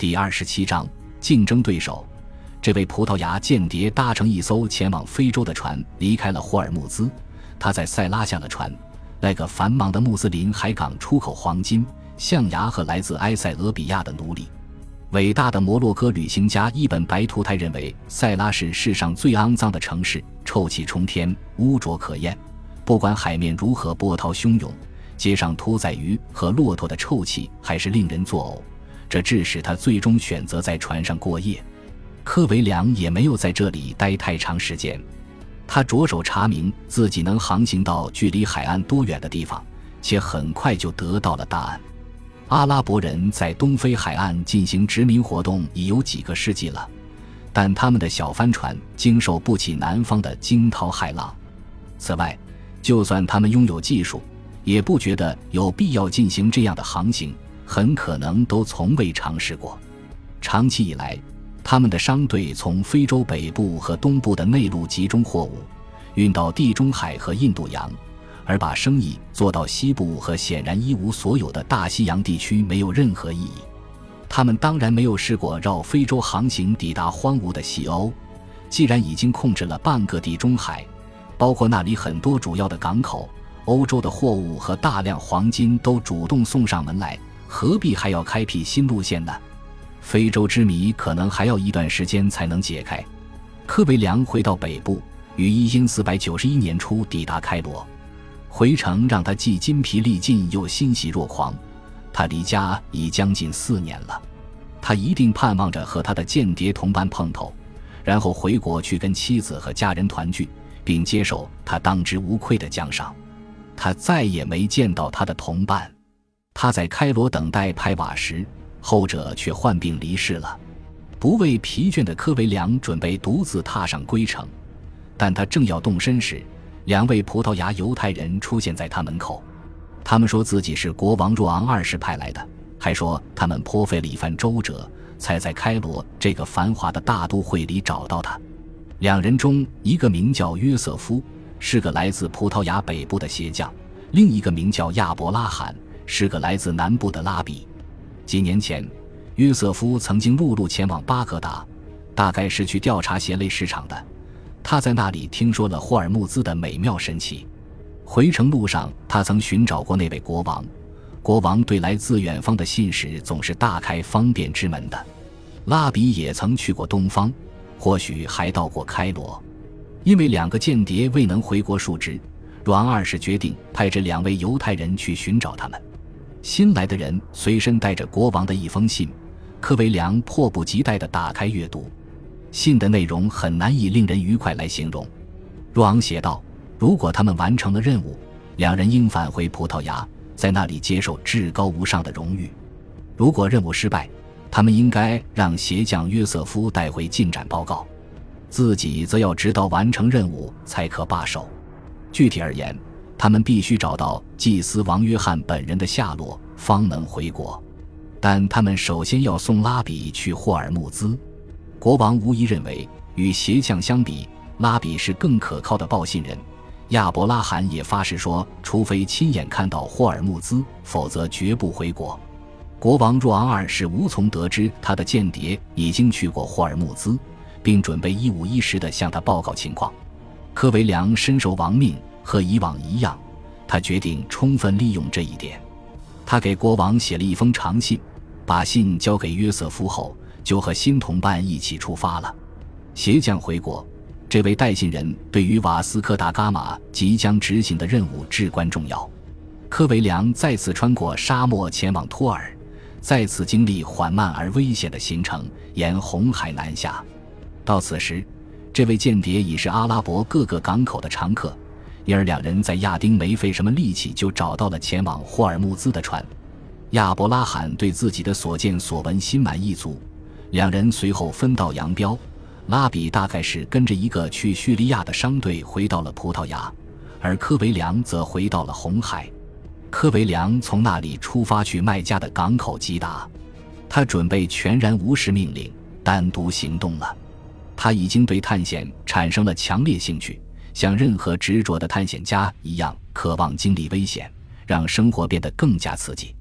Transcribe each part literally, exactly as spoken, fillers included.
第二十七章竞争对手。这位葡萄牙间谍搭乘一艘前往非洲的船离开了霍尔木兹，他在塞拉下了船。那个繁忙的穆斯林海港出口黄金、象牙和来自埃塞俄比亚的奴隶。伟大的摩洛哥旅行家伊本白图泰认为，塞拉是世上最肮脏的城市，臭气冲天，污浊可厌。不管海面如何波涛汹涌，街上屠宰鱼和骆驼的臭气还是令人作呕，这致使他最终选择在船上过夜。科维良也没有在这里待太长时间，他着手查明自己能航行到距离海岸多远的地方，且很快就得到了答案。阿拉伯人在东非海岸进行殖民活动已有几个世纪了，但他们的小帆船经受不起南方的惊涛骇浪。此外，就算他们拥有技术，也不觉得有必要进行这样的航行，很可能都从未尝试过。长期以来，他们的商队从非洲北部和东部的内陆集中货物，运到地中海和印度洋，而把生意做到西部和显然一无所有的大西洋地区没有任何意义。他们当然没有试过绕非洲航行抵达荒芜的西欧，既然已经控制了半个地中海，包括那里很多主要的港口，欧洲的货物和大量黄金都主动送上门来，何必还要开辟新路线呢？非洲之谜可能还要一段时间才能解开。科维良回到北部，于一千四百九十一年初抵达开罗。回程让他既筋疲力尽又欣喜若狂，他离家已将近四年了。他一定盼望着和他的间谍同伴碰头，然后回国去跟妻子和家人团聚，并接受他当之无愧的奖赏。他再也没见到他的同伴。他在开罗等待派瓦什，后者却患病离世了。不畏疲倦的科维良准备独自踏上归程，但他正要动身时，两位葡萄牙犹太人出现在他门口。他们说自己是国王若昂二世派来的，还说他们颇费了一番周折，才在开罗这个繁华的大都会里找到他。两人中一个名叫约瑟夫，是个来自葡萄牙北部的鞋匠；另一个名叫亚伯拉罕，是个来自南部的拉比。几年前，约瑟夫曾经陆路前往巴格达，大概是去调查鞋类市场的。他在那里听说了霍尔木兹的美妙神奇。回程路上，他曾寻找过那位国王，国王对来自远方的信使总是大开方便之门的。拉比也曾去过东方，或许还到过开罗。因为两个间谍未能回国述职，若昂二世决定派这两位犹太人去寻找他们。新来的人随身带着国王的一封信，科维良迫不及待地打开阅读。信的内容很难以令人愉快来形容。若昂写道，如果他们完成了任务，两人应返回葡萄牙，在那里接受至高无上的荣誉。如果任务失败，他们应该让鞋匠约瑟夫带回进展报告，自己则要直到完成任务才可罢手。具体而言，他们必须找到祭司王约翰本人的下落，方能回国。但他们首先要送拉比去霍尔木兹。国王无疑认为，与鞋匠相比，拉比是更可靠的报信人。亚伯拉罕也发誓说，除非亲眼看到霍尔木兹，否则绝不回国。国王若昂二世无从得知他的间谍已经去过霍尔木兹，并准备一五一十地向他报告情况。科维良身受亡命，和以往一样，他决定充分利用这一点。他给国王写了一封长信，把信交给约瑟夫后，就和新同伴一起出发了。鞋匠回国，这位带信人对于瓦斯科达伽马即将执行的任务至关重要。科维良再次穿过沙漠前往托尔，再次经历缓慢而危险的行程，沿红海南下。到此时，这位间谍已是阿拉伯各个港口的常客，因而两人在亚丁没费什么力气就找到了前往霍尔木兹的船。亚伯拉罕对自己的所见所闻心满意足，两人随后分道扬镳。拉比大概是跟着一个去叙利亚的商队回到了葡萄牙，而科维良则回到了红海。科维良从那里出发去麦加的港口吉达，他准备全然无视命令，单独行动了。他已经对探险产生了强烈兴趣，像任何执着的探险家一样，渴望经历危险，让生活变得更加刺激。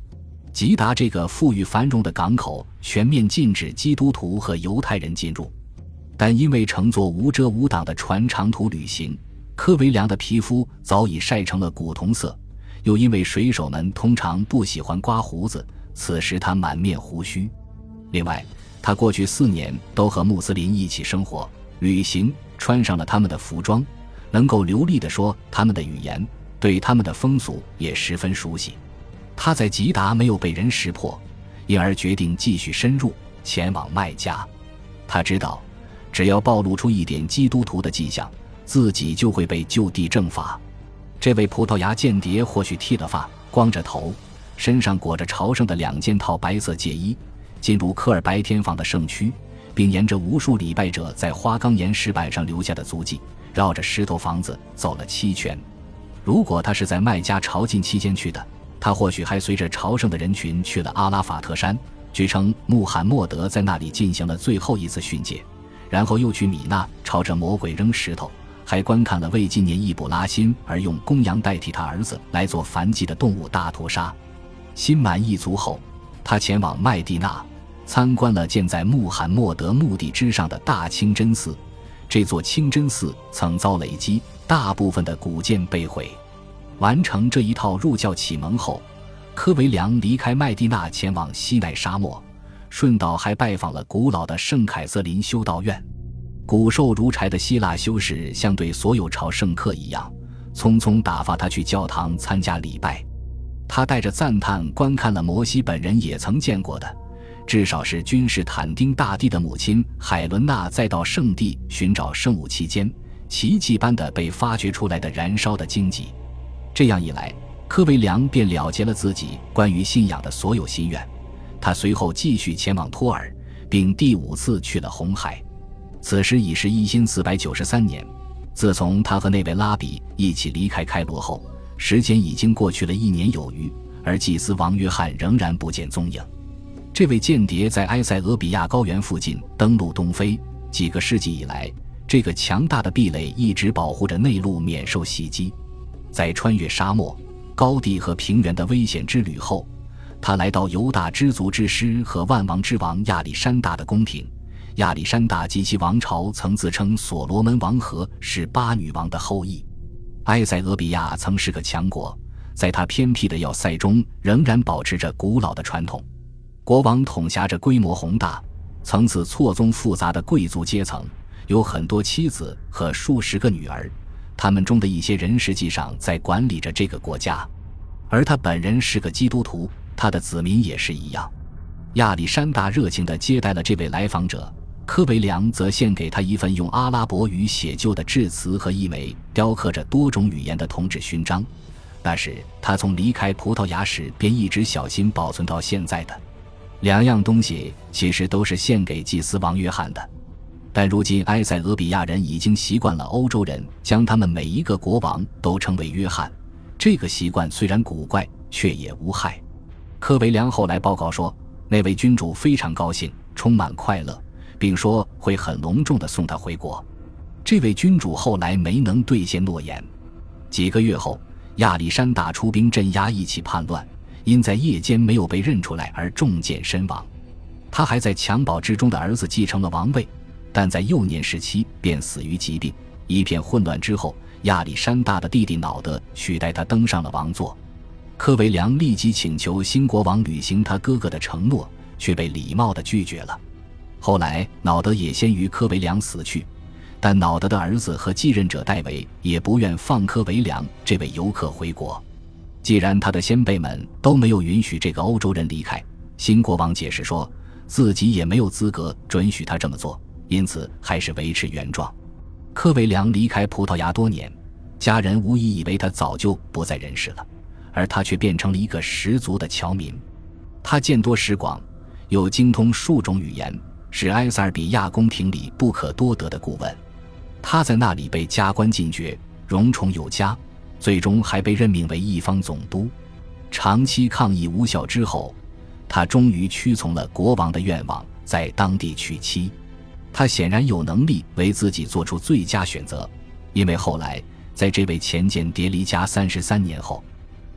吉达这个富裕繁荣的港口全面禁止基督徒和犹太人进入，但因为乘坐无遮无挡的船长途旅行，科维良的皮肤早已晒成了古铜色，又因为水手们通常不喜欢刮胡子，此时他满面胡须。另外，他过去四年都和穆斯林一起生活、旅行，穿上了他们的服装，能够流利地说他们的语言，对他们的风俗也十分熟悉。他在吉达没有被人识破，因而决定继续深入，前往麦加。他知道，只要暴露出一点基督徒的迹象，自己就会被就地正法。这位葡萄牙间谍或许剃了发，光着头，身上裹着朝圣的两件套白色戒衣，进入科尔白天坊的圣区，并沿着无数礼拜者在花岗岩石板上留下的足迹，绕着石头房子走了七圈。如果他是在麦加朝觐期间去的，他或许还随着朝圣的人群去了阿拉法特山，据称穆罕默德在那里进行了最后一次训诫，然后又去米纳朝着魔鬼扔石头，还观看了为纪念易卜拉欣而用公羊代替他儿子来做燔祭的动物大屠杀。心满意足后，他前往麦地那，参观了建在穆罕默德墓地之上的大清真寺。这座清真寺曾遭雷击，大部分的古建被毁。完成这一套入教启蒙后，科维良离开麦地那前往西奈沙漠，顺道还拜访了古老的圣凯瑟琳修道院。骨瘦如柴的希腊修士像对所有朝圣客一样，匆匆打发他去教堂参加礼拜。他带着赞叹观看了摩西本人也曾见过的，至少是君士坦丁大帝的母亲海伦娜在到圣地寻找圣物期间奇迹般的被发掘出来的燃烧的荆棘。这样一来，科维良便了结了自己关于信仰的所有心愿。他随后继续前往托尔，并第五次去了红海。此时已是一千四百九十三年，自从他和那位拉比一起离开开罗后，时间已经过去了一年有余，而祭司王约翰仍然不见踪影。这位间谍在埃塞俄比亚高原附近登陆东非，几个世纪以来，这个强大的壁垒一直保护着内陆免受袭击。在穿越沙漠、高地和平原的危险之旅后，他来到犹大知足之师和万王之王亚历山大的宫廷。亚历山大及其王朝曾自称所罗门王和是八女王的后裔。埃塞俄比亚曾是个强国，在它偏僻的要塞中仍然保持着古老的传统。国王统辖着规模宏大、层次错综复杂的贵族阶层，有很多妻子和数十个女儿，他们中的一些人实际上在管理着这个国家。而他本人是个基督徒，他的子民也是一样。亚历山大热情地接待了这位来访者，科维良则献给他一份用阿拉伯语写就的致辞和一枚雕刻着多种语言的铜质勋章，那是他从离开葡萄牙时便一直小心保存到现在的。两样东西其实都是献给祭司王约翰的，但如今埃塞俄比亚人已经习惯了欧洲人将他们每一个国王都称为约翰，这个习惯虽然古怪，却也无害。科维良后来报告说，那位君主非常高兴，充满快乐，并说会很隆重地送他回国。这位君主后来没能兑现诺言。几个月后，亚历山大出兵镇压一起叛乱，因在夜间没有被认出来而中箭身亡。他还在襁褓之中的儿子继承了王位，但在幼年时期便死于疾病。一片混乱之后，亚历山大的弟弟瑙德取代他登上了王座。科维良立即请求新国王履行他哥哥的承诺，却被礼貌地拒绝了。后来瑙德也先于科维良死去，但瑙德的儿子和继任者戴维也不愿放科维良这位游客回国。既然他的先辈们都没有允许这个欧洲人离开，新国王解释说自己也没有资格准许他这么做，因此还是维持原状。科维良离开葡萄牙多年，家人无疑以为他早就不在人世了，而他却变成了一个十足的侨民。他见多识广，又精通数种语言，是埃塞俄比亚宫廷里不可多得的顾问。他在那里被加官进爵，荣宠有加，最终还被任命为一方总督。长期抗议无效之后，他终于屈从了国王的愿望，在当地娶妻。他显然有能力为自己做出最佳选择，因为后来在这位前间谍离家三十三年后，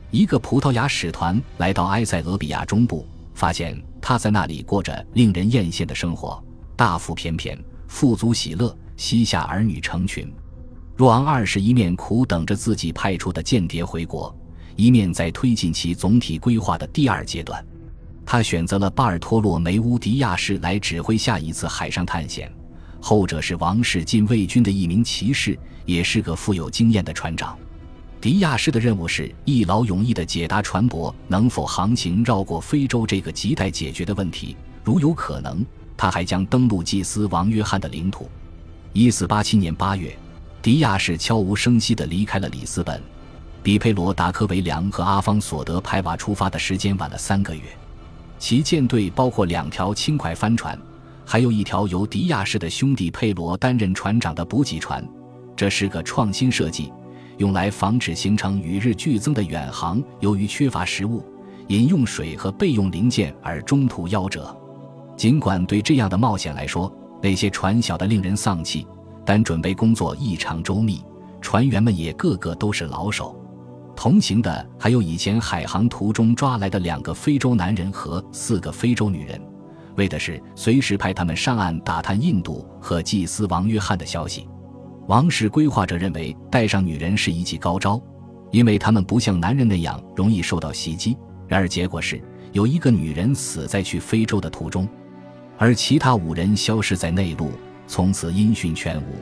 一个葡萄牙使团来到埃塞俄比亚中部，发现他在那里过着令人艳羡的生活，大腹便便，富足喜乐，膝下儿女成群。若昂二世一面苦等着自己派出的间谍回国，一面在推进其总体规划的第二阶段。他选择了巴尔托洛梅乌·迪亚士来指挥下一次海上探险，后者是王室禁卫军的一名骑士，也是个富有经验的船长。迪亚士的任务是一劳永逸地解答船舶能否航行绕过非洲这个亟待解决的问题，如有可能，他还将登陆祭司王约翰的领土。一四八七年八月，迪亚士悄无声息地离开了里斯本，比佩罗达科维良和阿方索德派瓦出发的时间晚了三个月。其舰队包括两条轻快帆船，还有一条由迪亚士的兄弟佩罗担任船长的补给船。这是个创新设计，用来防止形成与日俱增的远航由于缺乏食物、饮用水和备用零件而中途夭折。尽管对这样的冒险来说，那些船小的令人丧气，但准备工作异常周密，船员们也个个都是老手。同行的还有以前海航途中抓来的两个非洲男人和四个非洲女人，为的是随时派他们上岸打探印度和祭司王约翰的消息。王室规划者认为带上女人是一剂高招，因为他们不像男人那样容易受到袭击。然而结果是，有一个女人死在去非洲的途中，而其他五人消失在内陆，从此音讯全无。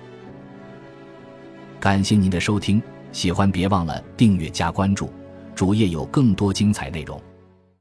感谢您的收听，喜欢别忘了订阅加关注，主页有更多精彩内容。